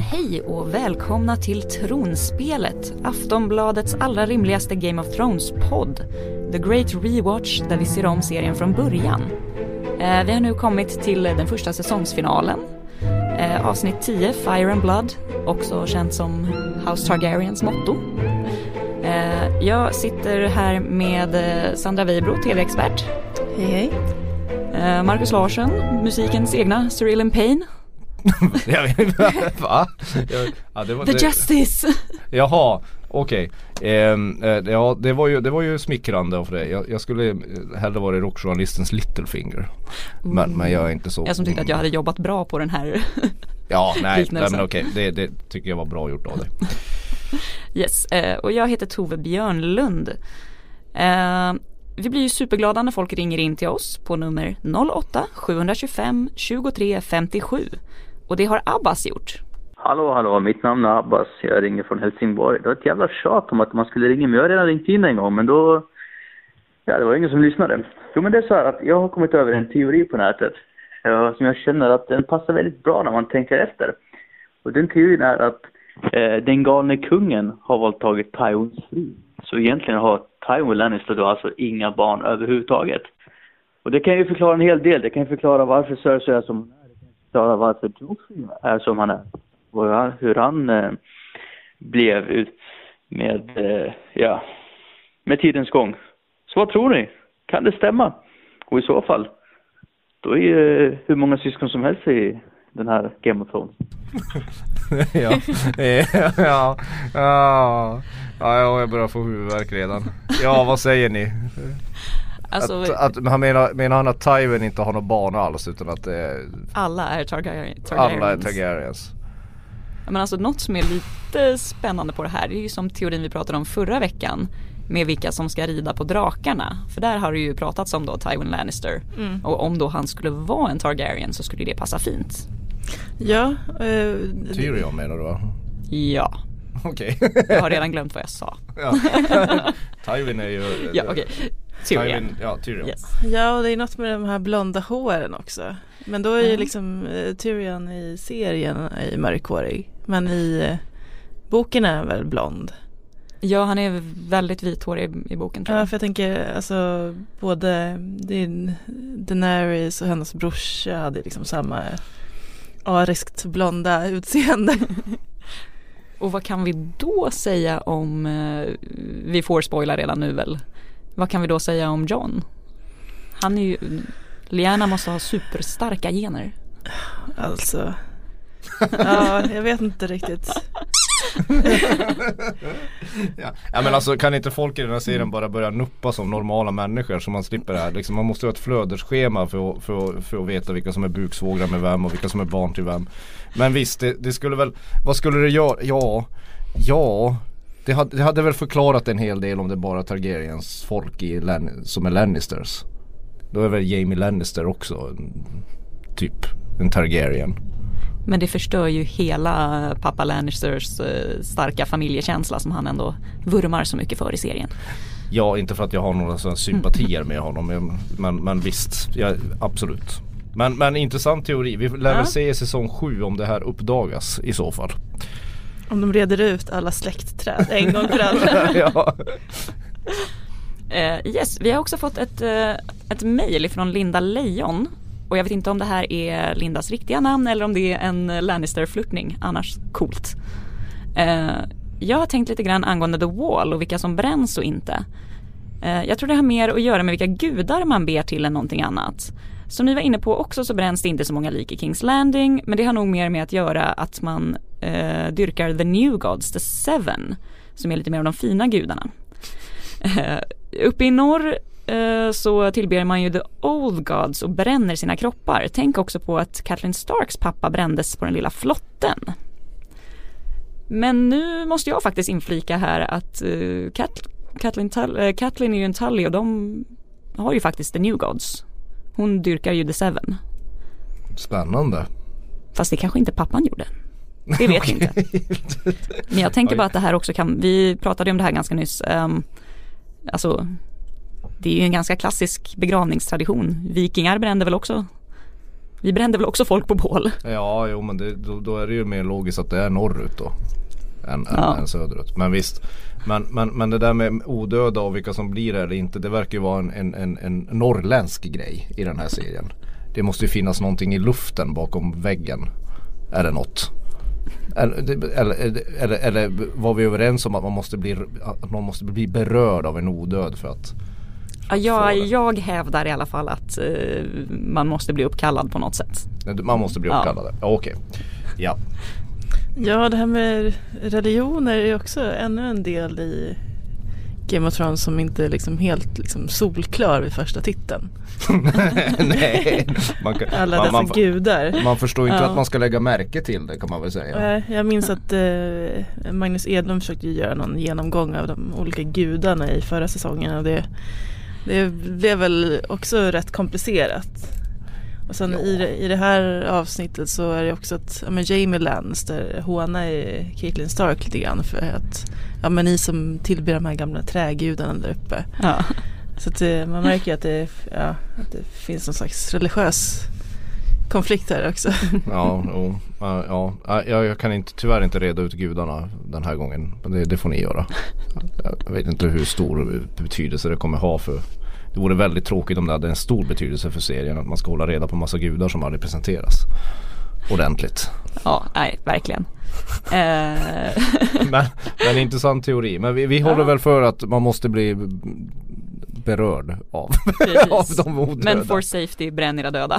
Hej och välkomna till Tronspelet, Aftonbladets allra rimligaste Game of Thrones-podd. The Great Rewatch, där vi ser om serien från början. Vi har nu kommit till den första säsongsfinalen. Avsnitt 10, Fire and Blood, också känt som House Targaryens motto. Jag sitter här med Sandra Weibro, tv-expert. Hej hej. Marcus Larsson, musikens egna Cyril Payne. Va? The Justice. Jaha, okej. Ja, det var ju smickrande av det. Jag skulle hellre vara rockjournalistens Littlefinger. Men jag är inte så. Jag som tyckte att jag hade jobbat bra på den här. Ja, nej men okej. Det tycker jag var bra gjort av dig. Yes, och jag heter Tove Björnlund. Vi blir ju superglada när folk ringer in till oss på nummer 08-725 23 57. Och det har Abbas gjort. Hallå, mitt namn är Abbas. Jag ringer från Helsingborg. Det var ett jävla tjat om att man skulle ringa mig. Jag har redan ringt in en gång, men då... Ja, det var ingen som lyssnade. Jo, men det är så här att jag har kommit över en teori på nätet. Som jag känner att den passar väldigt bra när man tänker efter. Och den teorin är att den galne kungen har valt tagit Tywins fru. Så egentligen har Tywin Lannister då alltså inga barn överhuvudtaget. Och det kan ju förklara en hel del. Det kan ju förklara varför Cersei är som hon är. Det kan förklara varför Joffrey är som han är. Och hur han blev ut med tidens gång. Så vad tror ni? Kan det stämma? Och i så fall, då är ju hur många syskon som helst i den här Game of Thrones. Ja, jag börjar få huvudvärk redan. Ja, vad säger ni? Alltså, han menar han att Tywin inte har några barn alls, utan att alla är Targaryens. Alla är Targaryens. Men alltså något som är lite spännande på det här, det är ju som teorin vi pratade om förra veckan med vilka som ska rida på drakarna. För där har det ju pratats om då Tywin Lannister. Och om då han skulle vara en Targaryen så skulle det passa fint. Ja. Tyrion menar du, va? Ja. Okej. Jag har redan glömt vad jag sa. Ja. Tywin är ju... Ja, okej. Tyrion. Yes. Ja, och det är något med de här blonda håren också. Men då är ju liksom Tyrion i serien är mörkhårig. Men i boken är han väl blond? Ja, han är väldigt vithårig i boken, tror jag. Ja, för jag tänker, alltså både Daenerys och hennes brorsa hade liksom samma ariskt blonda utseende. Och vad kan vi då säga om, vi får spoila redan nu väl, vad kan vi då säga om Jon? Han är ju, Lyanna måste ha superstarka gener. Alltså, ja, jag vet inte riktigt. Ja, men alltså kan inte folk i den här serien bara börja nuppa som normala människor så man slipper det här? Liksom, man måste ha ett flödesschema för att veta vilka som är buksvågrar med vem och vilka som är barn till vem. Men visst, det skulle väl, vad skulle det göra? Ja, det hade väl förklarat en hel del om det bara Targaryens folk som är Lannisters. Då är väl Jaime Lannister också typ en Targaryen. Men det förstör ju hela pappa Lannisters starka familjekänsla som han ändå vurmar så mycket för i serien. Ja, inte för att jag har några sådana sympatier med honom, men visst, ja, absolut. Men intressant teori. Vi lär väl se i säsong 7 om det här uppdagas i så fall. Om de reder ut alla släktträd en gång för alla. Ja. Yes, vi har också fått ett mejl från Linda Lejon. Och jag vet inte om det här är Lindas riktiga namn eller om det är en Lannister-flörtning. Annars coolt. Jag har tänkt lite grann angående The Wall och vilka som bränns och inte. Jag tror det har mer att göra med vilka gudar man ber till än någonting annat. Som ni var inne på också så bränns det inte så många lik i King's Landing. Men det har nog mer med att göra att man dyrkar The New Gods, The Seven. Som är lite mer av de fina gudarna. Uppe i norr så tillber man ju The Old Gods och bränner sina kroppar. Tänk också på att Catelyn Starks pappa brändes på den lilla flotten. Men nu måste jag faktiskt inflika här att Catelyn är ju en Tully och de har ju faktiskt The New Gods. Hon dyrkar ju The Seven. Spännande. Fast det kanske inte pappan gjorde. Det vet jag inte. Men jag tänker bara att det här också kan... Vi pratade om det här ganska nyss. Alltså, det är ju en ganska klassisk begravningstradition. Vikingar brände väl också Vi brände väl också folk på bål. Ja, jo, men då är det ju mer logiskt att det är norrut då än söderut. Men visst, men det där med odöda och vilka som blir det eller inte, det verkar ju vara en norrländsk grej i den här serien. Det måste ju finnas någonting i luften bakom väggen. Är det något? Eller var vi överens om att man måste bli berörd av en odöd för att... Ja, jag hävdar i alla fall att man måste bli uppkallad på något sätt. Man måste bli uppkallad. Ja, okej. Ja. Ja, det här med religioner är också ännu en del i Game of Thrones som inte är liksom helt liksom solklar vid första titeln. Nej. Alla dessa gudar. Man förstår inte att man ska lägga märke till det, kan man väl säga. Jag minns att Magnus Edlund försökte göra någon genomgång av de olika gudarna i förra säsongen och det blev väl också rätt komplicerat. Och sen i det här avsnittet så är det också att Jaime Lannister hånar Catelyn Stark lite grann för att ni som tillber de här gamla trägudarna där uppe. Ja. Så att man märker att det finns någon slags religiös konflikt här också. Jag kan tyvärr inte reda ut gudarna den här gången. Men det får ni göra. Jag vet inte hur stor betydelse det kommer ha för... Det vore väldigt tråkigt om det hade en stor betydelse för serien att man ska hålla reda på massa gudar som aldrig presenteras ordentligt. Ja, nej, verkligen. Men intressant teori. Men vi håller väl för att man måste bli berörd av de odöda. Men for safety, bränn era döda.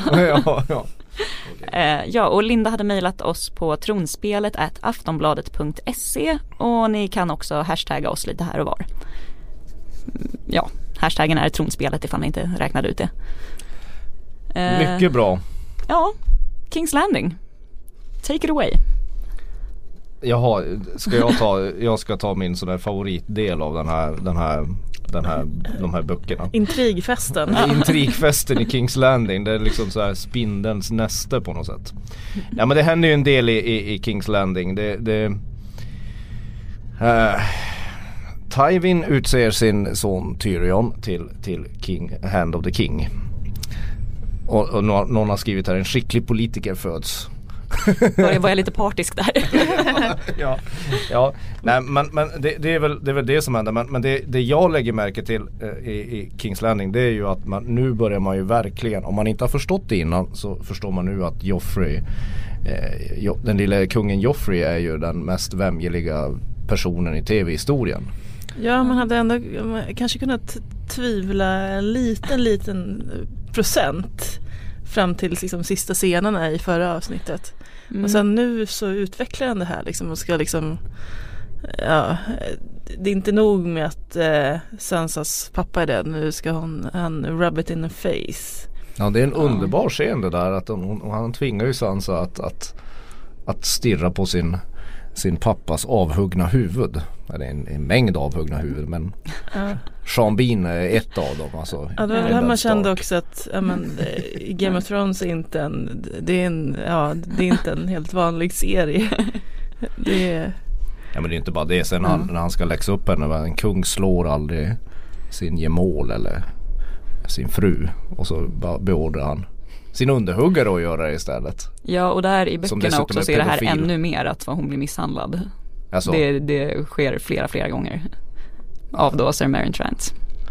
Okay. Och Linda hade mejlat oss på tronspelet@aftonbladet.se och ni kan också hashtagga oss lite här och var. Ja, hashtaggen är tronspelet ifall ni inte räknade ut det. Mycket bra. Ja, King's Landing. Take it away. Jaha, jag ska ta min sån där favoritdel av de här böckerna. Intrigfesten. Intrigfesten i King's Landing. Det är liksom så här spindelns näste på något sätt. Ja, men det händer ju en del i King's Landing. Tywin utser sin son Tyrion till King, Hand of the King. Och någon har skrivit här: en skicklig politiker föds. Var jag lite partisk där? ja. Nej, men det är väl det som händer. Men det jag lägger märke till i King's Landing, det är ju att nu börjar man ju verkligen, om man inte har förstått det innan, så förstår man nu att Joffrey, den lilla kungen Joffrey, är ju den mest vämjeliga personen i tv-historien. Ja, man hade ändå kanske kunnat tvivla en liten procent fram till liksom sista scenerna i förra avsnittet. Och sen nu så utvecklar han det här liksom och ska liksom det är inte nog med att Sansas pappa är det. Nu ska han rub it in the face. Ja, det är en underbar scen det där att han tvingar ju Sansa att stirra på sin pappas avhuggna huvud. Det är en mängd avhuggna huvud, men Sean Bean är ett av dem. Alltså, det var här man kände också att Game of Thrones är inte det är inte en helt vanlig serie. Ja, men det är inte bara det. Sen när han ska läxa upp henne, en kung slår aldrig sin gemål eller sin fru, och så beordrar han sin underhuggare att göra det istället. Ja, och där i böckerna också ser det här ännu mer att hon blir misshandlad. Alltså. Det sker flera gånger av då Sir Meryn Trant.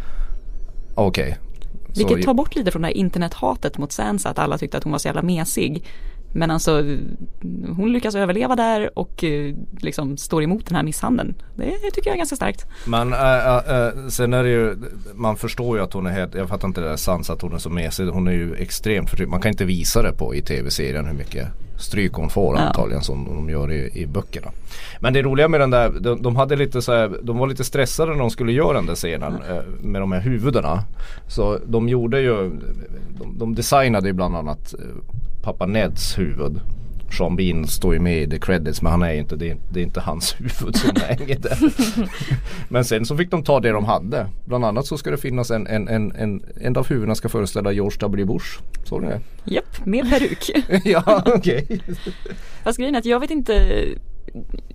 Okej. Vilket tar bort lite från det här internethatet mot Sansa, att alla tyckte att hon var så jävla mesig. Men alltså, hon lyckas överleva där och liksom står emot den här misshandeln. Det tycker jag är ganska starkt. Men sen är det ju, man förstår ju att hon är helt, jag fattar inte det där Sansa att hon är så mesig. Hon är ju extremt förtryckt. Man kan inte visa det i tv-serien hur mycket stryk hon får antagligen som de gör i böckerna. Men det roliga med den där, de hade lite så här, de var lite stressade när de skulle göra den där scenen med de här huvudena. Så de gjorde ju, de designade ju bland annat pappa Neds huvud. Sean Bean står ju med i the credits, men han är inte, det är inte hans huvud som hänger där. Men sen så fick de ta det de hade. Bland annat så ska det finnas en av huvudena ska föreställa George W. Bush. Såg ni det? Japp, med peruk. Ja, okej. Fast grejen är att jag vet inte,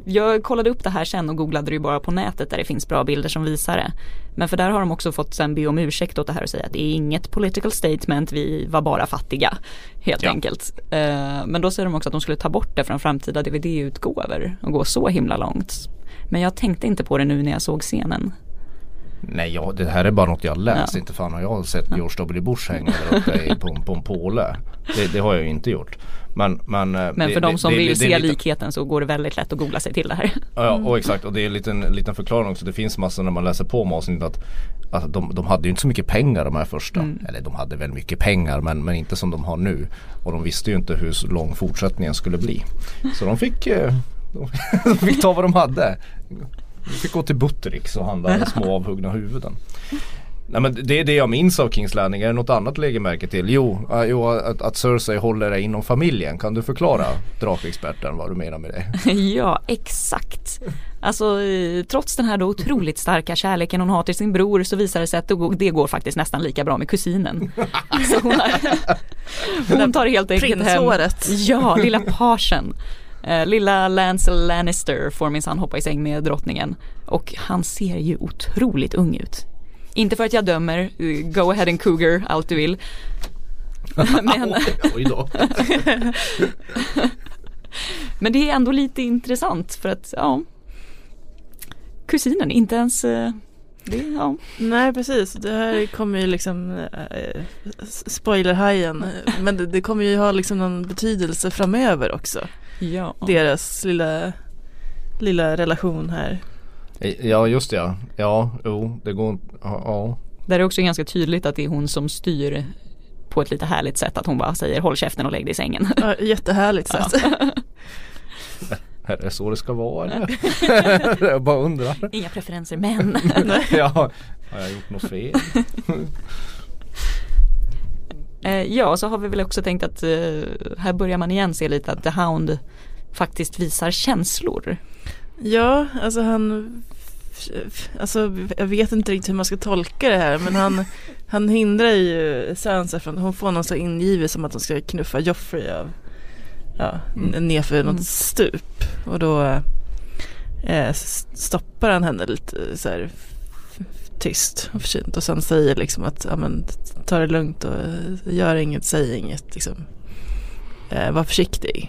jag kollade upp det här sen och googlade det ju bara på nätet där det finns bra bilder som visar det. Men för där har de också fått sen be om ursäkt åt det här och säga att det är inget political statement, vi var bara fattiga helt enkelt. Men då säger de också att de skulle ta bort det från framtida DVD-utgåvor och gå så himla långt. Men jag tänkte inte på det nu när jag såg scenen. Nej, det här är bara något jag läst. Inte fan har jag sett George W. Bush hänga där uppe på en påle. Det har jag ju inte gjort. Men för de som vill se likheten så går det väldigt lätt att googla sig till det här. Ja, och exakt. Och det är en liten förklaring också. Det finns massor när man läser på avsnittet att de hade ju inte så mycket pengar de här första. Eller de hade väl mycket pengar men inte som de har nu. Och de visste ju inte hur lång fortsättningen skulle bli. Så de fick ta vad de hade. De fick gå till Buttericks och handla små avhuggna huvuden. Nej, men det är det jag minns av Kings Landing. Är det något annat lägger märke till? Jo, att Cersei håller det inom familjen. Kan du förklara, drakexperten, vad du menar med det? Ja, exakt. Alltså, trots den här då otroligt starka kärleken hon har till sin bror så visar det sig att det går faktiskt nästan lika bra med kusinen. Så hon tar helt enkelt Prinsåret. Ja, lilla pagen. Lilla Lancel Lannister får minsann hoppa i säng med drottningen. Och han ser ju otroligt ung ut. Inte för att jag dömer, go ahead and cougar, allt du vill. Men, oj då. Men det är ändå lite intressant för att, kusinen, inte ens... Nej, precis. Det här kommer ju liksom spoilerhajen. Men det kommer ju ha liksom någon betydelse framöver också. Ja. Deras lilla relation här. Ja, just det. Ja, det går... Ja. Där är också ganska tydligt att det är hon som styr på ett lite härligt sätt. Att hon bara säger håll käften och lägg dig i sängen. Ja, jättehärligt sätt. Är det så det ska vara? Eller? Jag bara undrar. Inga preferenser, men... Ja, har jag gjort något fel? Ja, så har vi väl också tänkt att här börjar man igen se lite att The Hound faktiskt visar känslor. Ja, jag vet inte riktigt hur man ska tolka det här, men han hindrar ju Sansa från, hon får någon så ingivet som att de ska knuffa Joffrey av nerför något stup, och då stoppar han henne lite så här tyst och försynt och sen säger liksom att ta det lugnt och gör inget, säg inget liksom, var försiktig.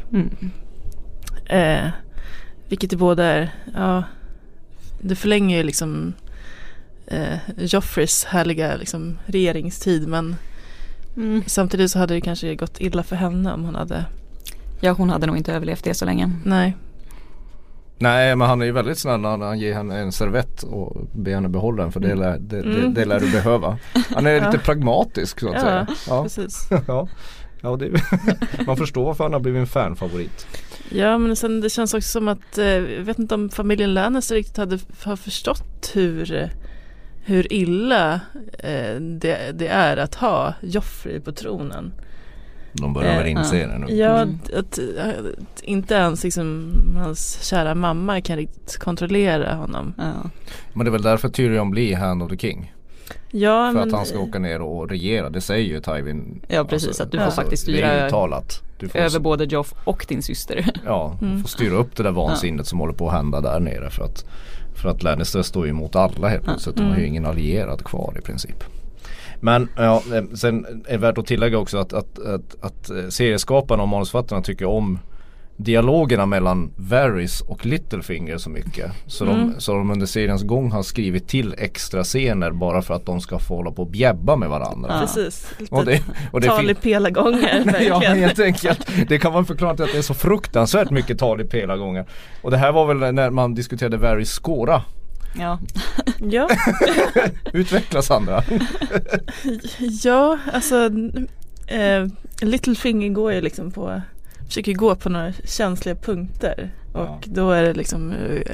Vilket det båda är, det förlänger ju liksom Joffreys härliga liksom regeringstid, men samtidigt så hade det kanske gått illa för henne om hon hade... Ja, hon hade nog inte överlevt det så länge. Nej, men han är ju väldigt snäll när han ger henne en servett och ber henne behålla den, för det lär du behöva. Han är lite pragmatisk så att säga. Ja, precis. Ja, man förstår varför han har blivit en fanfavorit. Ja, men sen det känns också som att jag vet inte om familjen Lannister riktigt har förstått hur illa det är att ha Joffrey på tronen. De börjar väl inse det nu. Ja, att inte ens liksom, hans kära mamma kan riktigt kontrollera honom. Ja. Men det är väl därför Tyrion blir Hand of the King. Ja, för att han ska åka ner och regera. Det säger ju Tywin. Ja, precis. Att du får faktiskt styra över både Joff och din syster. Ja, du får styra upp det där vansinnet som håller på att hända där nere. För att Lannister står ju emot alla helt plötsligt. De har ju ingen allierad kvar i princip. Men sen är det värt att tillägga också att serieskaparna och manusförfattarna tycker om dialogerna mellan Varys och Littlefinger så mycket. Så de under seriens gång har skrivit till extra scener bara för att de ska få hålla på och bjäbba med varandra. Ja. Precis. Och det tal i pelargångar. Ja, helt enkelt. Det kan man förklara till att det är så fruktansvärt mycket tal i pelargångar. Och det här var väl när man diskuterade Varys skåra. Ja. Utveckla, Sandra. Ja, alltså Littlefinger går ju liksom försöker gå på några känsliga punkter, och då är det liksom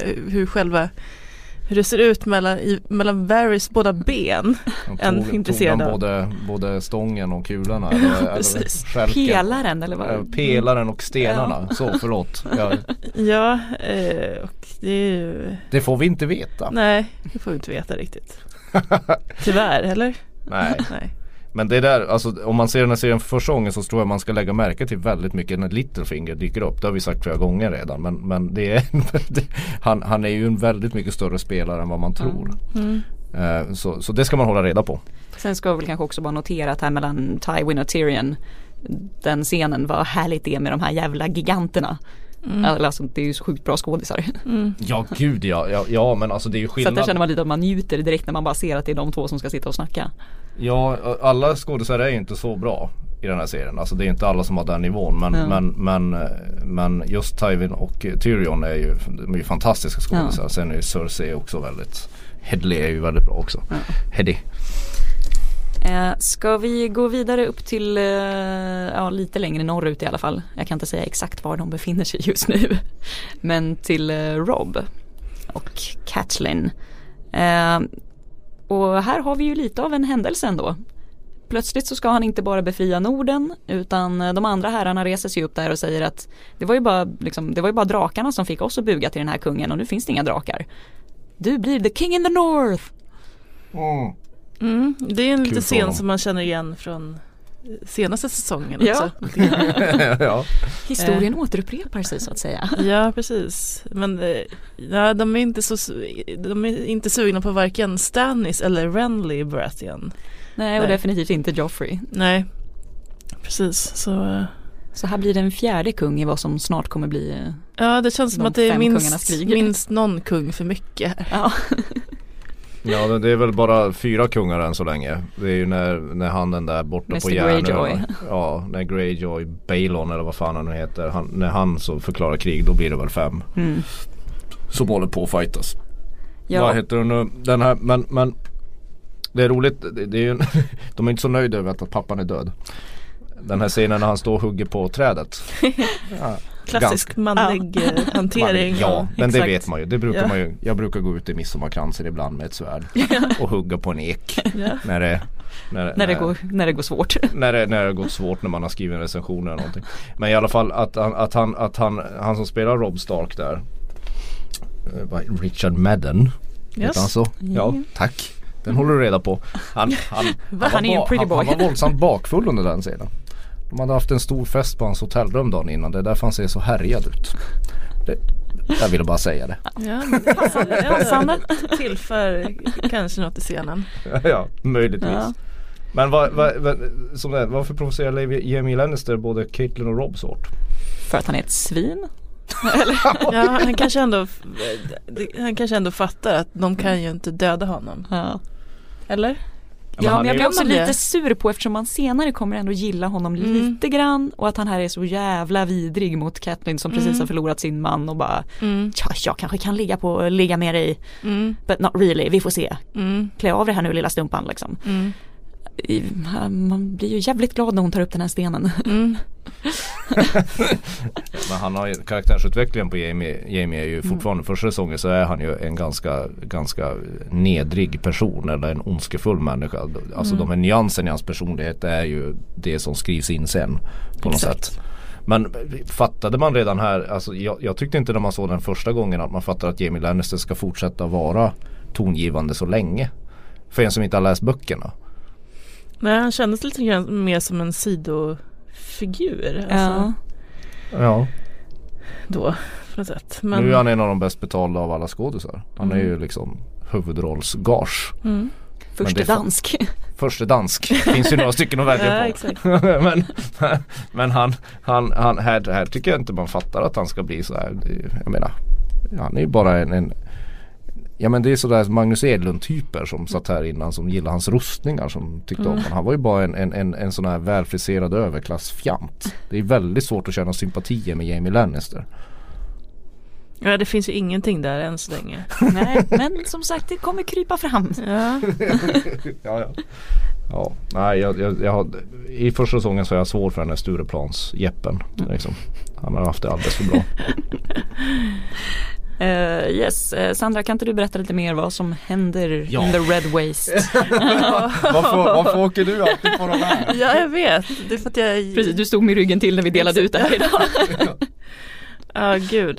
hur det ser ut mellan Varys båda ben. Intresserad av både stången och kularna eller pelaren eller vad? Pelaren och stenarna. Ja. Så förlåt. Ja, och det får vi inte veta. Nej, det får vi inte veta riktigt. Tyvärr, eller? Nej. Men det där, alltså om man ser den här serien för första gången så tror jag man ska lägga märke till väldigt mycket när Littlefinger dyker upp. Det har vi sagt flera gånger redan. Men det är han är ju en väldigt mycket större spelare än vad man tror. Så det ska man hålla reda på. Sen ska vi väl kanske också bara notera att här mellan Tywin och Tyrion, den scenen, var härligt det med de här jävla giganterna. Alltså det är ju så sjukt bra skådisar. Ja gud ja men alltså det är ju skillnad. Så att där känner man lite att man njuter direkt när man bara ser att det är de två som ska sitta och snacka. Ja, alla skådisar är ju inte så bra i den här serien. Alltså det är inte alla som har den nivån. Men just Tywin och Tyrion är ju fantastiska skådisar. Sen är ju Cersei också väldigt, Headley är ju väldigt bra också. Heady. Ska vi gå vidare upp till lite längre norrut i alla fall. Jag kan inte säga exakt var de befinner sig just nu. Men till Robb och Catelyn. Och här har vi ju lite av en händelse ändå. Plötsligt så ska han inte bara befria Norden, utan de andra herrarna reser sig upp där och säger att det var ju bara drakarna som fick oss att buga till den här kungen, och nu finns det inga drakar. Du blir the king in the north. Det är en liten scen som man känner igen från senaste säsongen också. Ja. Historien återupprepar sig så att säga. Ja, precis. Men de är inte sugna på varken Stannis eller Renly Baratheon. Nej, och definitivt inte Joffrey. Nej, precis. Så här blir det en fjärde kung i vad som snart kommer bli. Ja, det känns som att det är minst någon kung för mycket. Ja. Ja, det är väl bara 4 kungar än så länge. Det är ju när han den där borta Mr. på Järnö. Greyjoy. Ja, när Greyjoy, Balon eller vad fan han nu heter. När han så förklarar krig, då blir det väl 5. Som håller på att fightas. Ja. Vad heter det nu? Den här, men det är roligt. Det är ju de är inte så nöjda över att pappan är död. Den här scenen när han står och hugger på trädet. Ja. Klassisk manlig hantering. Ja, men det vet man ju. Det brukar man ju. Jag brukar gå ut i midsommarkransen ibland med ett svärd och hugga på en ek när det går svårt. När det går svårt, när man har skrivit en recension eller någonting. Men i alla fall att han som spelar Robb Stark där, Richard Madden, heter han så? Ja, tack. Den håller du reda på. Han var våldsamt bakfull under den scenen. De hade haft en stor fest på hans hotellrum dagen innan. Det är därför han ser så härjad ut. Jag ville bara säga det. Ja, Sanna tillför kanske något i scenen. Ja, möjligtvis. Ja. Men varför provocerar Jaime Lannister både Catelyn och Robb så hårt? För att han är ett svin? Ja, han kanske ändå fattar att de kan ju inte döda honom. Ja. Eller? Ja, men jag blir också lite sur på, eftersom man senare kommer ändå gilla honom lite grann, och att han här är så jävla vidrig mot Catelyn som precis har förlorat sin man och bara jag kanske kan ligga med dig but not really, vi får se. Klä av det här nu, lilla stumpan liksom. Man blir ju jävligt glad när hon tar upp den här stenen. Men han har ju, karaktärsutvecklingen på Jaime är ju fortfarande, första säsongen så är han ju en ganska nedrig person, eller en ondskefull människa. Alltså de här nyansen i hans personlighet är ju det som skrivs in sen på något sätt. Men fattade man redan här, alltså jag tyckte inte när man såg den första gången att man fattade att Jaime Lannister ska fortsätta vara tongivande så länge. För en som inte har läst böckerna. Nej, han kändes lite grann mer som en sidofigur. Alltså. Ja. Då, på något sätt. Men nu är han en av de bäst betalda av alla skådisar. Han är ju liksom huvudrollsgage. Förste dansk. Finns ju några stycken att välja på. Exakt. men han här tycker jag inte man fattar att han ska bli så här. Jag menar, han är ju bara en ja, men det är sådär Magnus Edlund-typer som satt här innan, som gillar hans rustningar, som tyckte om. Han var ju bara en sån här välfriserad överklassfjant. Det är väldigt svårt att känna sympatier med Jaime Lannister. Ja, det finns ju ingenting där än så länge. Nej, men som sagt, det kommer krypa fram. Ja, nej, jag har, i första säsongen så är jag svår för den här Stureplans Jeppen. Liksom. Han har haft det alldeles för bra. Yes, Sandra, kan inte du berätta lite mer vad som händer in the Red Waste? Varför åker du alltid på de här? Ja, jag vet. Det är för att Precis, du stod med ryggen till när vi delade ut det här idag. Ja, gud.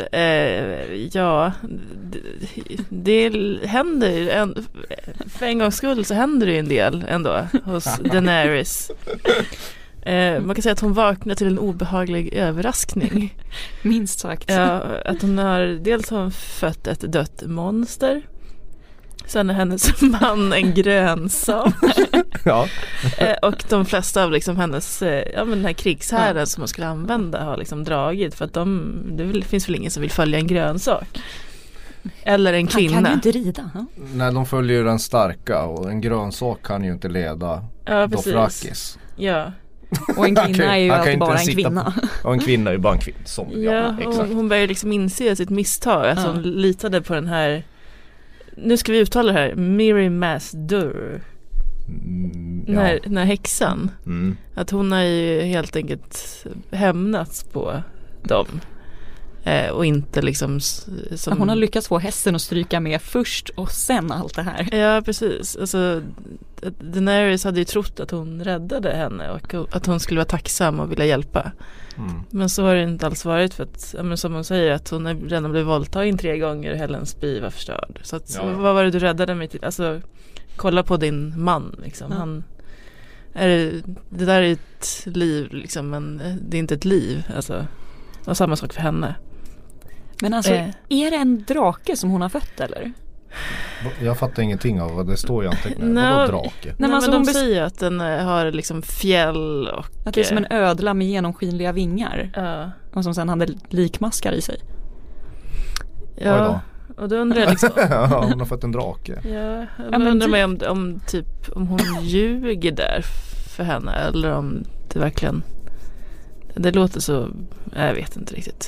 Det händer för en gångs skull så händer det ju en del ändå hos Daenerys. Man kan säga att hon vaknar till en obehaglig överraskning. Minst sagt. Ja, att hon har fött ett dött monster. Sen är hennes man en grönsak. Ja. Och de flesta av liksom hennes den här krigshärden som hon skulle använda har liksom dragit för att det finns väl ingen som vill följa en grönsak. Eller en kvinna. Han kan ju inte rida. Nej, de följer ju den starka och en grönsak kan ju inte leda Dothrakis. Ja. Och en kvinna är ju alltid bara en kvinna. Och en kvinna är ju bara en kvinna. Hon börjar liksom inse sitt misstag. Att hon litade på den här, nu ska vi uttala det här, Mirri Maz Duur. Den här häxan. Att hon har ju helt enkelt hämnats på dem. Och inte liksom som... Hon har lyckats få hästen att stryka med först och sen allt det här. Ja, precis. Alltså, Daenerys hade ju trott att hon räddade henne och att hon skulle vara tacksam och vilja hjälpa. Men så har det inte alls varit för att, som hon säger, att hon redan blev våldtagen 3 gånger och Helens by var förstörd. Så att, vad var det du räddade mig till? Alltså, kolla på din man liksom. Det där är ett liv liksom, men det är inte ett liv. Alltså, och samma sak för henne. Men alltså, är det en drake som hon har fött eller? Jag fattar ingenting av vad det står i anteckningen. Vadå drake? Nej, men de säger att den har liksom fjäll och... Att det är som en ödla med genomskinliga vingar. Och som sen hade likmaskar i sig. Ja, och då undrar jag liksom... Ja, hon har fått en drake. Ja, jag undrar mig om hon ljuger där för henne. Eller om det verkligen... Det låter så... Jag vet inte riktigt.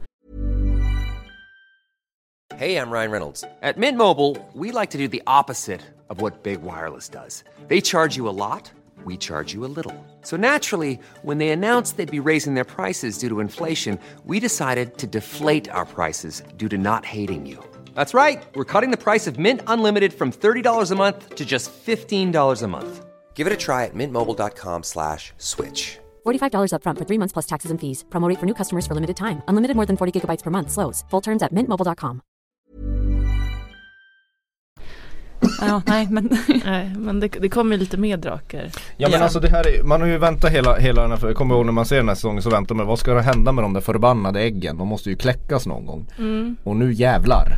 Hey, I'm Ryan Reynolds. At Mint Mobile, we like to do the opposite of what Big Wireless does. They charge you a lot, we charge you a little. So naturally, when they announced they'd be raising their prices due to inflation, we decided to deflate our prices due to not hating you. That's right. We're cutting the price of Mint Unlimited from $30 a month to just $15 a month. Give it a try at mintmobile.com/switch. $45 up front for 3 months plus taxes and fees. Promo rate for new customers for limited time. Unlimited more than 40 gigabytes per month. Slows full terms at mintmobile.com. Ja, men det kommer lite mer drakar. Ja, men alltså det här är, man har ju väntat hela den här, kommer ihåg när man ser den här säsongen så väntar man, vad ska det hända med de där förbannade äggen? De måste ju kläckas någon gång. Och nu jävlar.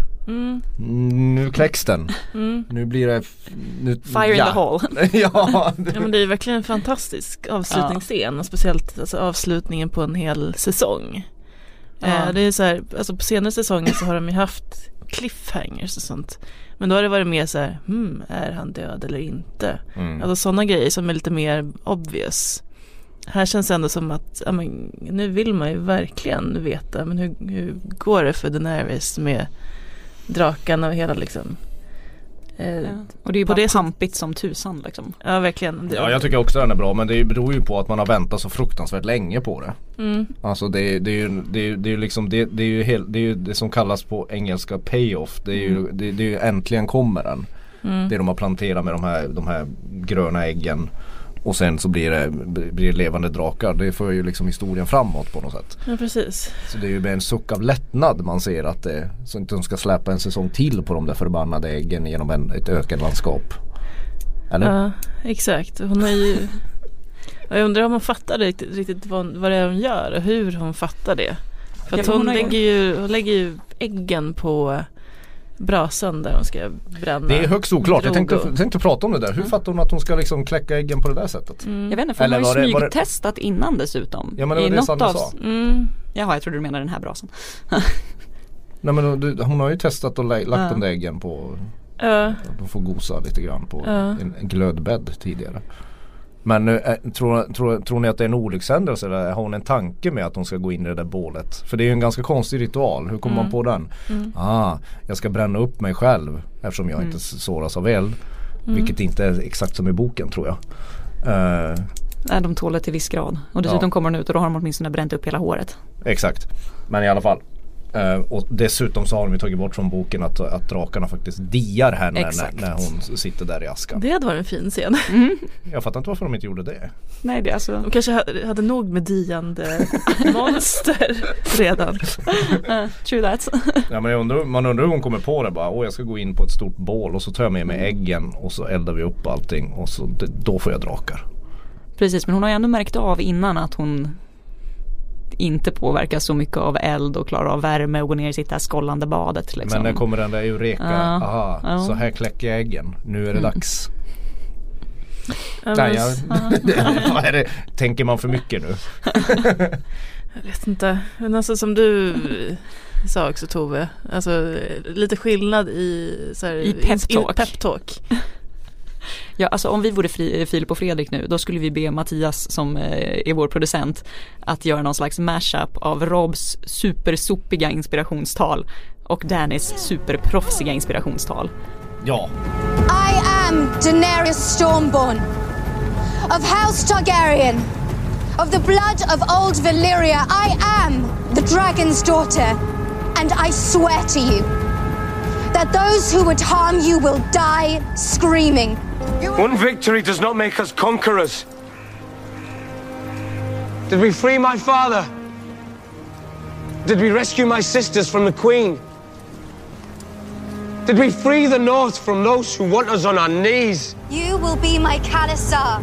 Nu kläcks den. Nu blir det fire in the hall. Ja, men det är verkligen en fantastisk avslutningsscen och speciellt alltså, avslutningen på en hel säsong. Det är så här, alltså på senare säsonger så har de ju haft cliffhangers och sånt. Men då har det varit mer så här, är han död eller inte? Alltså sådana grejer som är lite mer obvious. Här känns det ändå som att nu vill man ju verkligen veta, men hur går det för Daenerys med drakarna och hela liksom. Och det är ju bara pampigt som tusan liksom. Ja, verkligen. Ja, jag tycker också den är bra, men det beror ju på att man har väntat så fruktansvärt länge på det. Alltså det är ju liksom det är ju det som kallas på engelska payoff. Det är ju äntligen kommer den. Det de har planterat med de här gröna äggen. Och sen så blir det levande drakar. Det för ju liksom historien framåt på något sätt. Ja, precis. Så det är ju med en suck av lättnad man ser att så inte de ska släppa en säsong till på de där förbannade äggen genom ett ökat landskap. Eller? Ja, exakt. Hon har ju... Jag undrar om hon fattar riktigt vad det är hon gör och hur hon fattar det. För att hon lägger ju äggen på brasan där hon ska bränna. Det är högst oklart. Jag tänkte prata om det där. Hur fattar hon att hon ska liksom kläcka äggen på det där sättet? Jag vet inte, för hon har ju smygtestat innan dessutom. Ja, men det var det Sanna sa. Jaha, jag trodde du menade den här brasan. Nej, men hon har ju testat och lagt de där äggen på de får gosa lite grann på en glödbädd tidigare. Men tror ni att det är en olyckshändelse eller har hon en tanke med att hon ska gå in i det där bålet? För det är ju en ganska konstig ritual. Hur kommer man på den? Jag ska bränna upp mig själv eftersom jag inte såras av eld. Vilket inte är exakt som i boken, tror jag. Nej, de tål det till viss grad. Och dessutom kommer den ut och då har de åtminstone bränt upp hela håret. Exakt. Men i alla fall. Och dessutom så har de ju tagit bort från boken att drakarna faktiskt diar henne när hon sitter där i askan. Det hade varit en fin scen. Jag fattar inte varför de inte gjorde det. Nej, det är alltså... De kanske hade nog med diande monster redan. True that. Ja, men man undrar hur hon kommer på det. Bara, jag ska gå in på ett stort bål och så tar jag med mig äggen och så eldar vi upp allting och så, då får jag drakar. Precis, men hon har ju ändå märkt av innan att hon inte påverkas så mycket av eld och klarar av värme och går ner i sitt här skållande badet. Liksom. Men när kommer den där Eureka? Så här kläcker jag äggen. Nu är det dags. Nej, vad är det? Tänker man för mycket nu? Jag vet inte. Men alltså som du sa också, Tove. Alltså lite skillnad i peptalk. Ja, alltså om vi vore Filip och Fredrik nu, då skulle vi be Mattias som är vår producent att göra någon slags mashup av Robs supersopiga inspirationstal och Dannys superproffsiga inspirationstal. Ja. I am Daenerys Stormborn, of House Targaryen, of the blood of old Valyria. I am the dragon's daughter, and I swear to you that those who would harm you will die screaming. One victory does not make us conquerors. Did we free my father? Did we rescue my sisters from the Queen? Did we free the North from those who want us on our knees? You will be my Khalasar.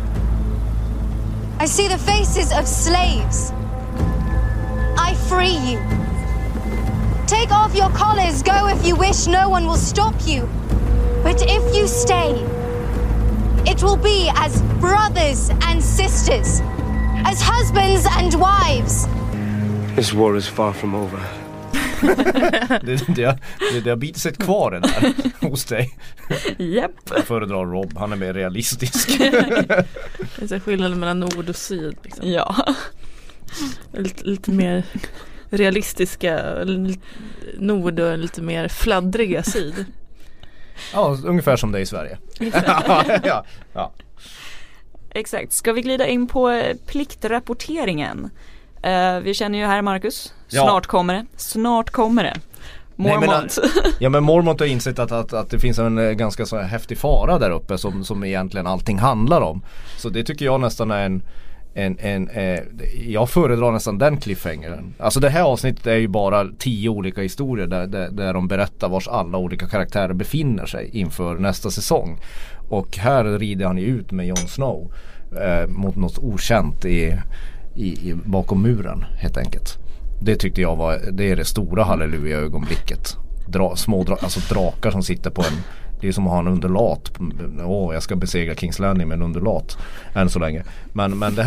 I see the faces of slaves. I free you. Take off your collars, go if you wish, no one will stop you. But if you stay, it will be as brothers and sisters, as husbands and wives. This war is far from over. det har bitit sig kvar det där hos dig. Japp. Jag föredrar Rob, han är mer realistisk. Det är skillnad mellan nord och syd liksom. Ja. Lite mer realistiska nord och lite mer fladdriga syd. Ja, ungefär som det är i Sverige. Ja. Exakt. Ska vi glida in på pliktrapporteringen? Vi känner ju här Marcus. Snart kommer det. Mormont. Men Mormont har insett att det finns en ganska så här häftig fara där uppe som egentligen allting handlar om. Så det tycker jag nästan är jag föredrar nästan den cliffhangeren. Alltså det här avsnittet är ju bara 10 olika historier där de berättar vars alla olika karaktärer befinner sig inför nästa säsong. Och här rider han ju ut med Jon Snow mot något okänt bakom muren helt enkelt. Det tyckte jag det är det stora halleluja-ögonblicket. Alltså drakar som sitter på det är som att ha en underlat. Jag ska besegra Kings Landing med en underlat än så länge. Men det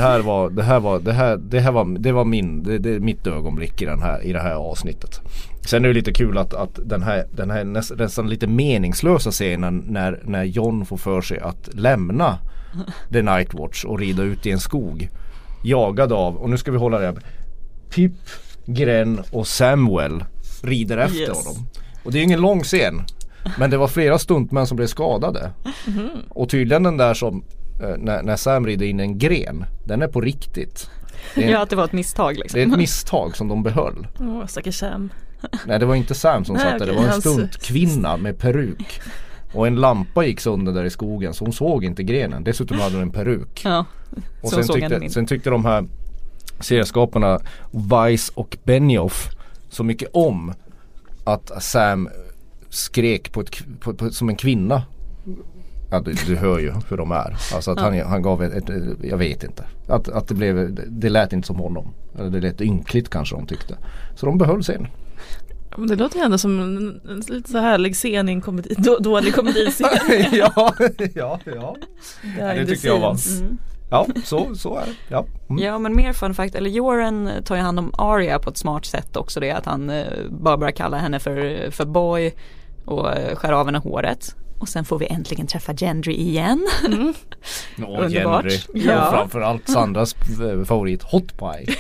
var mitt ögonblick i det här avsnittet. Sen är det lite kul att den här nästan lite meningslösa scenen när Jon får för sig att lämna The Night Watch och rida ut i en skog jagad av, och nu ska vi hålla det, Pip, Gren och Samuel rider efter honom. Och det är ju ingen lång scen, men det var flera stuntmän som blev skadade. Och tydligen den där som när Sam rider in en gren, den är på riktigt. Att det var ett misstag liksom. Det är ett misstag som de behöll. Stackars Sam. Nej, det var inte Sam som satt där. Det var en stuntkvinna med peruk. Och en lampa gick sönder där i skogen, så hon såg inte grenen. Dessutom hade hon en peruk. Ja, och sen tyckte de här serieskaparna Weiss och Benioff så mycket om att Sam skrek som en kvinna. Ja, du hör ju hur de är. Alltså att han gav ett jag vet inte. Att det lät inte som honom. Eller det lät ynkligt kanske de tyckte. Så de behöll scenen. Det låter ändå som en lite så härlig scen i en dålig komediscen. ja. Det tyckte jag var. Ja, så är det. Ja. Ja, men mer fun fact, eller Joran tar ju hand om Arya på ett smart sätt också, det att han bara börjar kalla henne för boy och skär av henne håret. Och sen får vi äntligen träffa Gendry igen. Underbart. Gendry. Ja. Och framförallt Sandras favorit Hot Pie.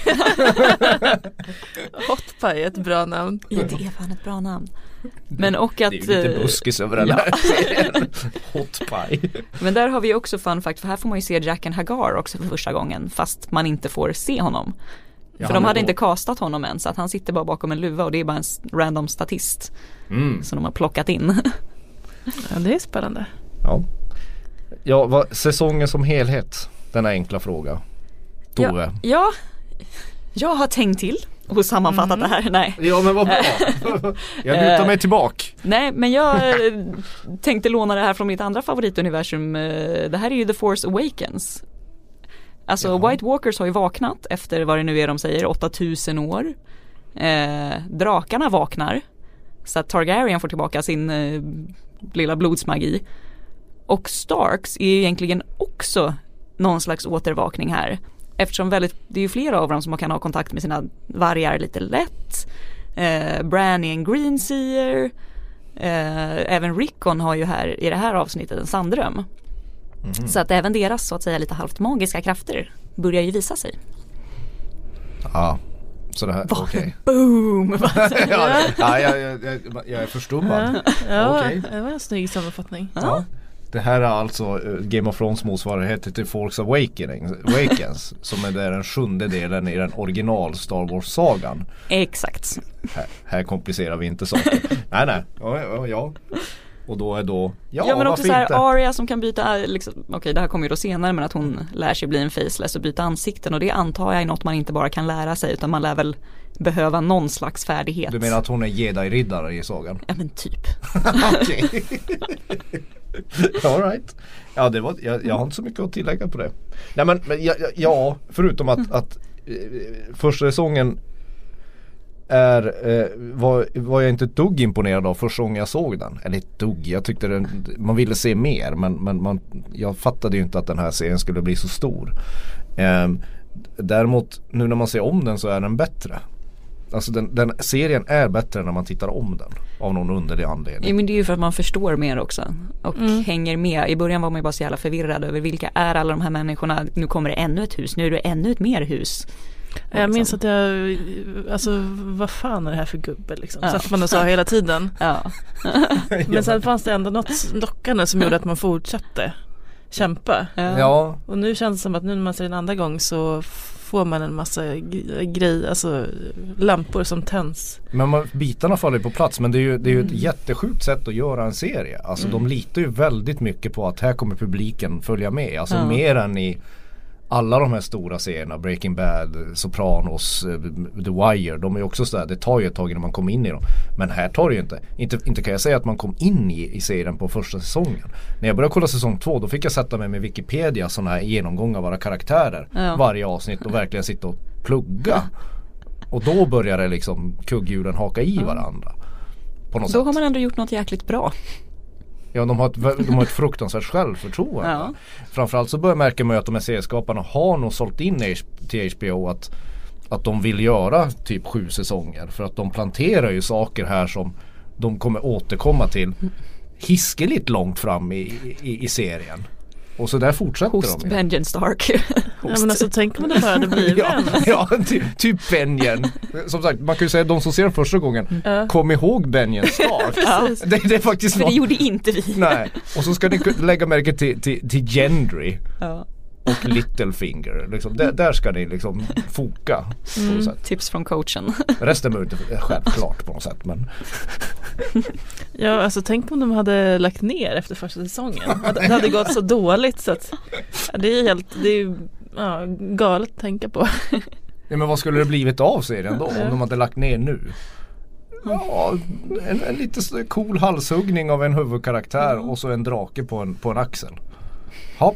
Hot Pie är ett bra namn. Ja, det är fan ett bra namn. Men och att, det är ju lite buskis över den här serien. Hot Pie. Men där har vi också fun fact, för här får man ju se Jaqen H'ghar också för första gången, fast man inte får se honom. För de hade inte castat honom än, så att han sitter bara bakom en luva och det är bara en random statist som de har plockat in. Ja, det är spännande. Ja, säsongen som helhet, denna enkla fråga. Tove. Ja, jag har tänkt till och sammanfattat det här. Nej. Ja, men vad bra. Jag lutar mig tillbaka. Nej, men jag tänkte låna det här från mitt andra favorituniversum. Det här är ju The Force Awakens. Alltså White Walkers har ju vaknat efter vad det nu är de säger, 8000 år. Drakarna vaknar. Så att Targaryen får tillbaka sin lilla blodsmagi. Och Starks är ju egentligen också någon slags återvakning här. Eftersom det är ju flera av dem som kan ha kontakt med sina vargar lite lätt. Bran är en greenseer. Även Rickon har ju här i det här avsnittet en sanddröm. Så att även deras så att säga lite halvt magiska krafter börjar ju visa sig. Ja, så det här, okej. Boom! Jag är förstummad. Ja, Okej. det var en snygg sammanfattning. Ja. Det här är alltså Game of Thrones motsvarighet till Force Awakens som är den 7:e delen i den original Star Wars-sagan. Exakt. Här komplicerar vi inte saker. Nej. Ja. Och då är då... Ja, men också så här Arya som kan byta... Liksom, okej, det här kommer ju då senare, men att hon lär sig bli en faceless och byta ansikten. Och det antar jag är något man inte bara kan lära sig, utan man lär väl behöva någon slags färdighet. Du menar att hon är Jedi-riddare i sagan? Ja, men typ. Okej. All right. Ja, det var, jag har inte så mycket att tillägga på det. Nej, men ja, förutom att första säsongen var jag inte ett dugg imponerad av första gången jag såg den. Eller ett dugg, jag tyckte man ville se mer, men jag fattade ju inte att den här serien skulle bli så stor. Däremot nu när man ser om den så är den bättre. Alltså den serien är bättre när man tittar om den av någon underlig anledning. Ja, men det är ju för att man förstår mer också och hänger med. I början var man ju bara så jävla förvirrad över vilka är alla de här människorna. Nu kommer det ännu ett hus, nu är det ännu ett mer hus. Jag minns att alltså vad fan är det här för gubbe liksom? Så att man sa hela tiden. Ja. Men sen fanns det ändå något lockande som gjorde att man fortsatte kämpa. Ja. Och nu känns det som att nu när man ser en andra gång så får man en massa grejer, alltså lampor som tänds. Men bitarna faller på plats, men det är ju ett jättesjukt sätt att göra en serie. Alltså de litar ju väldigt mycket på att här kommer publiken följa med. Alltså mer än i alla de här stora serierna, Breaking Bad, Sopranos, The Wire, de är ju också sådär, det tar ju ett tag innan man kommer in i dem. Men här tar det ju inte kan jag säga att man kom in i serien på första säsongen. När jag började kolla säsong 2, då fick jag sätta mig med Wikipedia, sådana här genomgång av våra karaktärer varje avsnitt och verkligen sitta och plugga. Och då började liksom kugghjulen haka i varandra. På något sätt. Har man ändå gjort något jäkligt bra. Ja, de har ett fruktansvärt självförtroende. Ja. Framförallt så börjar märka man att de här serieskaparna har nog sålt in till HBO att de vill göra typ 7 säsonger. För att de planterar ju saker här som de kommer återkomma till hiskeligt långt fram i serien. Och så där fortsätter Host de. Benjen Stark. Ja, men alltså tänk om det bara hade blivit typ Benjen. Som sagt, man kan ju säga att de som ser den första gången kom ihåg Benjen Stark. Det är faktiskt för det gjorde inte vi. Nej. Och så ska ni lägga märke till Gendry och Littlefinger liksom. Där ska ni liksom foka på något sätt. Tips från coachen. Resten är inte självklart på något sätt, men ja, alltså tänk om de hade lagt ner efter första säsongen. Det hade gått så dåligt så att det är galet att tänka på. Ja, men vad skulle det blivit av serien då om de hade lagt ner nu? Ja, en lite cool halshuggning av en huvudkaraktär och så en drake på en axel. Ja.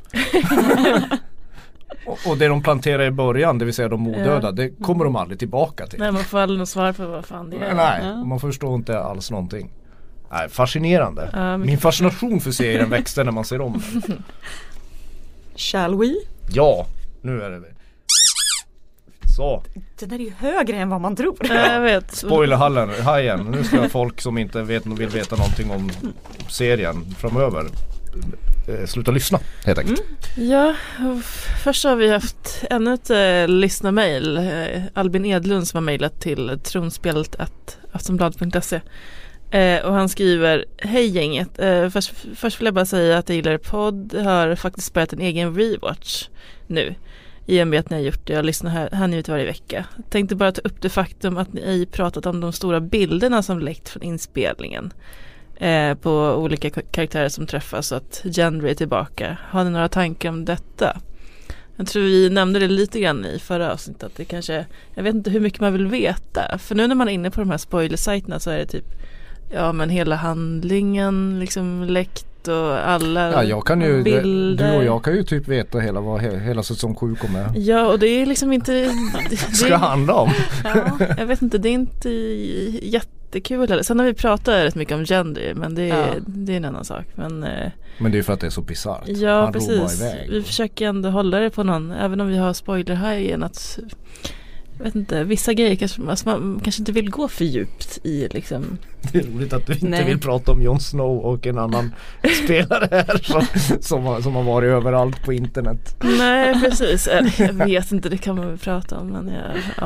Och det de planterar i början, det vill säga de odöda, det kommer de aldrig tillbaka till. Nej, man får aldrig något svar på vad fan det är. Nej, man förstår inte alls någonting. Nej, fascinerande. Min fascination för serien växte när man ser om den. Shall we? Ja, nu är det. Så. Den där är ju högre än vad man tror. Jag vet. Spoilerhajen. Nu ska folk som inte vill veta någonting om serien framöver sluta lyssna, helt enkelt. Ja, först har vi haft ännu ett lyssnarmail. Albin Edlund som har mejlat till tronspelet@aftonbladet.se. Och han skriver: hej gänget, först vill jag bara säga att jag gillar podd. Har faktiskt börjat en egen rewatch nu. i och med att ni har gjort det. Jag lyssnar här nu varje vecka. Jag tänkte bara ta upp det faktum att ni har pratat om de stora bilderna som läckt från inspelningen på olika karaktärer som träffas och att Gendry är tillbaka. Har ni några tankar om detta? Jag tror vi nämnde det lite grann i förra avsnittet att det kanske, jag vet inte hur mycket man vill veta. För nu när man är inne på de här spoilersajterna så är det typ, ja men hela handlingen liksom läckt och alla jag kan ju, bilder. du och jag kan ju typ veta vad hela säsong 7 kommer. Ja, och det är liksom inte... Det ska handla om. Ja, jag vet inte, det är inte jättekul heller. Sen har vi pratat rätt mycket om gender, men det är en annan sak. Men det är för att det är så bizarrt. Ja, han precis. Iväg. Vi försöker ändå hålla det på någon, även om vi har spoiler här igen, att jag vet inte, vissa grejer kanske man kanske inte vill gå för djupt i liksom. Det är roligt att du inte vill prata om Jon Snow och en annan spelare här som har varit överallt på internet. Nej, precis. Jag vet inte, det kan man väl prata om, men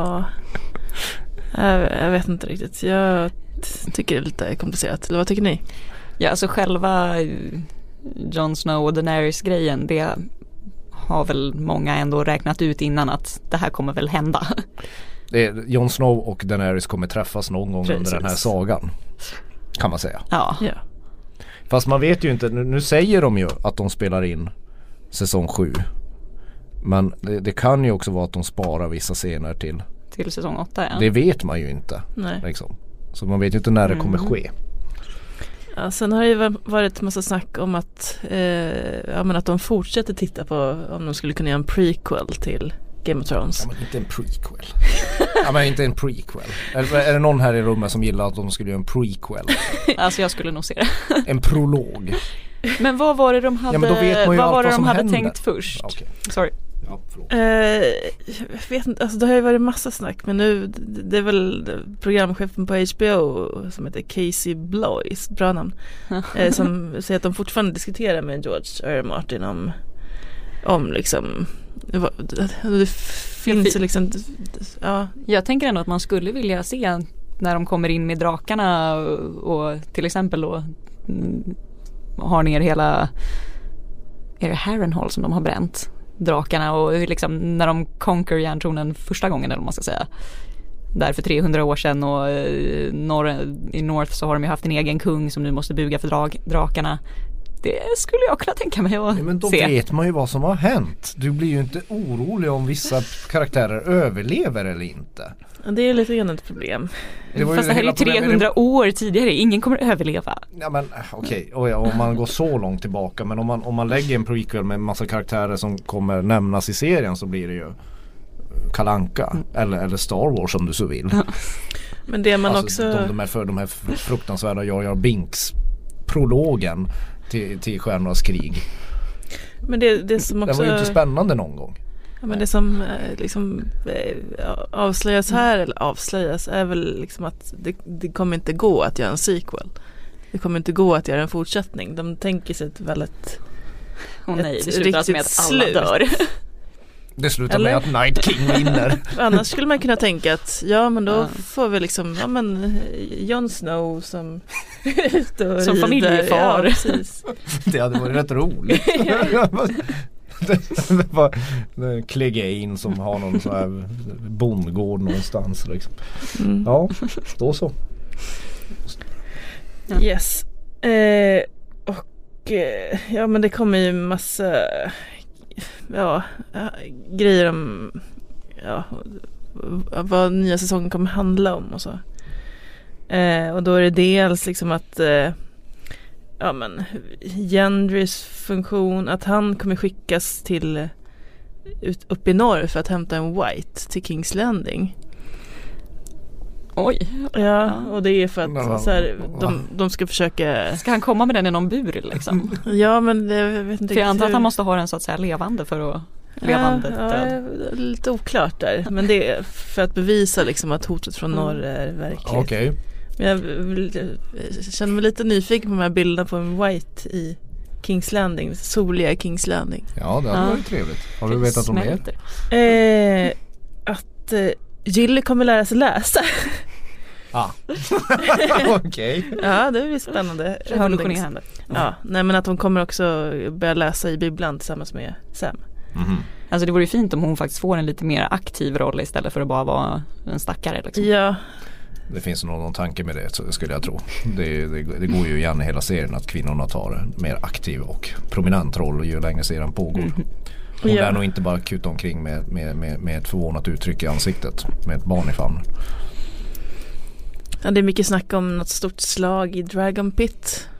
jag vet inte riktigt. Jag tycker det är lite komplicerat. Eller vad tycker ni? Ja, alltså själva Jon Snow och Daenerys-grejen, det har väl många ändå räknat ut innan att det här kommer väl hända. Jon Snow och Daenerys kommer träffas någon gång under den här sagan, kan man säga. Ja. Fast man vet ju inte, nu säger de ju att de spelar in säsong 7. Men det kan ju också vara att de sparar vissa scener till säsong 8, ja. Det vet man ju inte. Nej. Liksom. Så man vet ju inte när det kommer ske. Ja, sen har det ju varit en massa snack om att att de fortsätter titta på om de skulle kunna göra en prequel till Game of Thrones. Ja, men inte en prequel. Ja, men inte en prequel. Är det någon här i rummet som gillar att de skulle göra en prequel? Alltså jag skulle nog se det. En prolog. Men vad var det de hade, tänkt först? Okay. Sorry. Ja, jag vet inte, alltså det har ju varit massa snack, men nu det är väl programchefen på HBO som heter Casey Bloys, bra namn, som säger att de fortfarande diskuterar med George R. R. Martin om liksom det finns liksom Jag tänker ändå att man skulle vilja se när de kommer in med drakarna och till exempel då har ner hela Harrenhal som de har bränt drakarna och liksom när de conquer järntronen första gången, eller vad man ska säga, där för 300 år sedan, och i North så har de ju haft en egen kung som nu måste buga för drakarna. Det skulle jag kunna tänka mig att men då se. Vet man ju vad som har hänt. Du blir ju inte orolig om vissa karaktärer överlever eller inte. Det är lite grann ett problem. Fast det här är ju 300 år tidigare. Ingen kommer överleva. Ja, men okej. Om man går så långt tillbaka. Men om man lägger en prequel med en massa karaktärer som kommer nämnas i serien, så blir det ju Kalle Anka eller Star Wars, om du så vill. Men det man alltså, också de här fruktansvärda Jar Jar Binks prologen till Stjärnornas krig. Men det som också, det var ju inte spännande någon gång. Ja, men det som liksom avslöjas är väl liksom att det kommer inte gå att göra en sequel. Det kommer inte gå att göra en fortsättning. De tänker sig ett väldigt det slutar alltså med att alla dör. Det slutar med att Night King vinner. Annars skulle man kunna tänka att men då får vi liksom Jon Snow som som familjefar. Ja, precis. Det hade varit rätt roligt. Det var Clegane som har någon sån här bondgård någonstans liksom. Ja, då så. Yes. Men det kommer ju massa grejer om vad nya säsongen kommer handla om och så. Och då är det dels liksom att Gendrys funktion, att han kommer skickas till upp i norr för att hämta en White till King's Landing. Oj. Ja, och det är för att så här, de ska försöka... Ska han komma med den i någon bur liksom? Ja, men jag vet inte. För jag antar att han måste ha den så att säga levande för att lite oklart där. Men det är för att bevisa liksom att hotet från norr är verkligt. Okej. Jag känner mig lite nyfiken på de här bilderna på en White i King's Landing, soliga King's Landing. Ja, det hade varit trevligt. Har du vetat om det? Att Gilly kommer lära sig läsa. Okej. Ja, det blir spännande. Revolutionerande. Ja, nej, men att de kommer också börja läsa i bibblan tillsammans med Sam. Alltså det vore ju fint om hon faktiskt får en lite mer aktiv roll istället för att bara vara en stackare liksom. Ja. Det finns någon tanke med det, så det skulle jag tro. Det går ju igen i hela serien att kvinnorna tar en mer aktiv och prominent roll ju längre serien pågår. Hon är nog inte bara kuta omkring med ett förvånat uttryck i ansiktet med ett barn i famnen. Ja, det är mycket snack om något stort slag i Dragon Pit.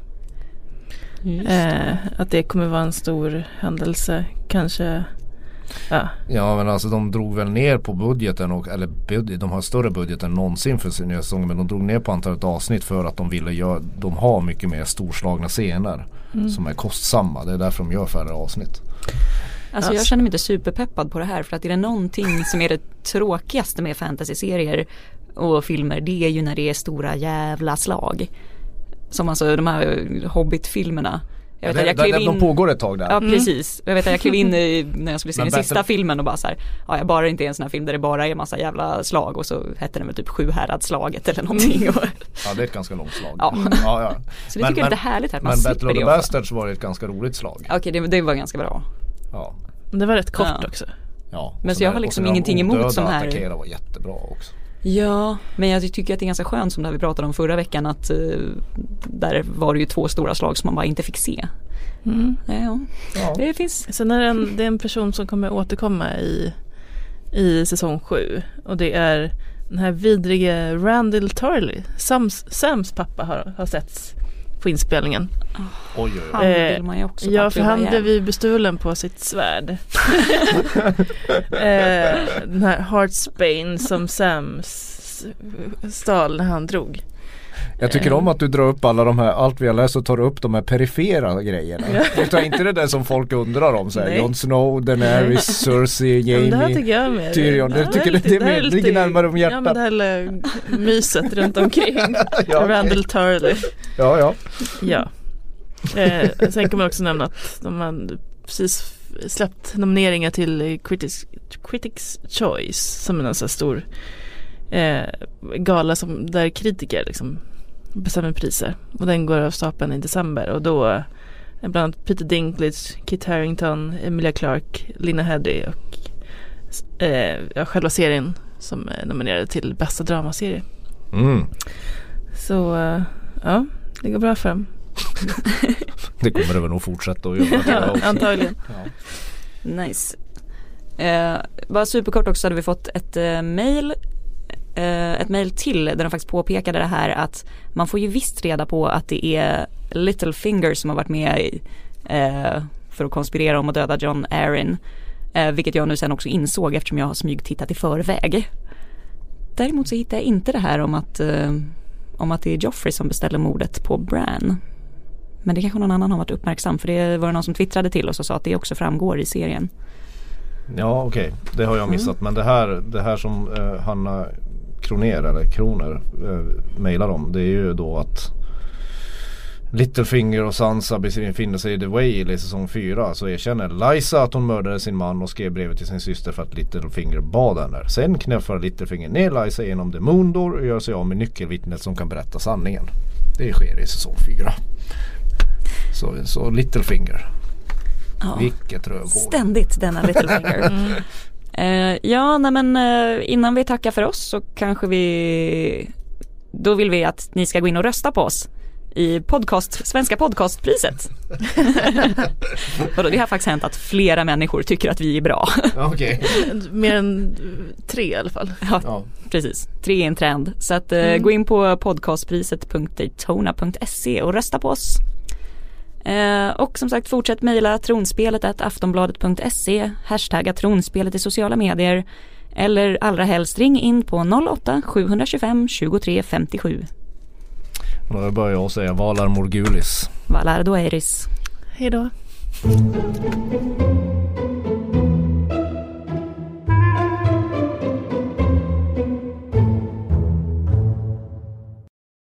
Att det kommer vara en stor händelse kanske. Ja, men alltså de drog väl ner på budgeten de har större budget än någonsin för sin nya säsong, men de drog ner på antalet avsnitt för att de har mycket mer storslagna scener som är kostsamma. Det är därför de gör färre avsnitt. Alltså jag känner mig inte superpeppad på det här, för att är det någonting som är det tråkigaste med fantasy-serier och filmer, det är ju när det är stora jävla slag. Som alltså de här Hobbit-filmerna. Jag vet att jag klev in, de pågår ett tag där. Ja, precis. Jag vet att jag klev in när jag skulle se den sista filmen och bara så här, jag bara inte är en sån här film där det bara är en massa jävla slag, och så hette den väl typ Sjuhäradsslaget eller någonting. Ja, det är ett ganska långt slag. Ja. Så det tycker jag är lite härligt att man slipper det. Men Battle of the Bastards var ett ganska roligt slag. Okej, det var ganska bra. Ja. Det var rätt kort också. Ja. Men så jag har liksom ingenting emot som här. Attackera var jättebra också. Ja, men jag tycker att det är ganska skönt som det vi pratade om förra veckan, att där var det ju 2 stora slag som man bara inte fick se. Ja. Det finns. Sen är det är en person som kommer återkomma i säsong 7, och det är den här vidriga Randall Tarley. Sams pappa har setts på inspelningen. Oj. Han vill man ju också. Ja, för han blev ju bestulen på sitt svärd. Den här Heartsbane som Sam stal när han drog. Jag tycker om att du drar upp allt vi har läst och tar upp de här perifera grejerna. Det är inte det där som folk undrar om, så här, Jon Snow, Daenerys, Cersei, Jaime, det här tycker jag med. Tyrion. Det ligger närmare om hjärtat. Ja, men det här myset runt omkring. Randall Tarley. Ja. Sen kan man också nämna att de har precis släppt nomineringar till Critics Choice, som är en så stor gala där kritiker liksom bestämmer priser, och den går av stapeln i december, och då är bland annat Peter Dinklage, Kit Harington, Emilia Clarke, Lena Headey och själva serien som är nominerad till bästa dramaserie. Så det går bra för dem. Det kommer det väl nog fortsätta att göra. Antagligen. Nice. Bara superkort också hade vi fått ett mejl till där de faktiskt påpekade det här, att man får ju visst reda på att det är Littlefinger som har varit med för att konspirera om att döda Jon Arryn, vilket jag nu sen också insåg eftersom jag har smygtittat i förväg. Däremot så hittar jag inte det här om att det är Joffrey som beställer mordet på Bran. Men det kanske någon annan har varit uppmärksam, för det var någon som twittrade till oss och sa att det också framgår i serien. Ja, okej. Det har jag missat. Men det här som Hanna Kroner mejlar om, det är ju då att Littlefinger och Sansa befinner sig i The Whale i säsong 4, så erkänner Lysa att hon mördade sin man och skrev brevet till sin syster för att Littlefinger bad henne. Sen knäffar Littlefinger ner Lysa genom The Moon Door och gör sig av med nyckelvittnet som kan berätta sanningen. Det sker i säsong 4. Så Littlefinger. Ja, vilket rövhål. Ständigt denna Littlefinger. Innan vi tackar för oss så kanske då vill vi att ni ska gå in och rösta på oss i Svenska podcastpriset. Det har faktiskt hänt att flera människor tycker att vi är bra. Okay. Mer än 3 i alla fall. Ja, precis. 3 är en trend. Så att gå in på podcastpriset.daytona.se och rösta på oss. Och som sagt, fortsätt mejla tronspelet@aftonbladet.se, hashtagga tronspelet i sociala medier, eller allra helst ring in på 08-725 23 57. Då börjar jag säga Valar Morgulis. Valar Doeris. Hej då.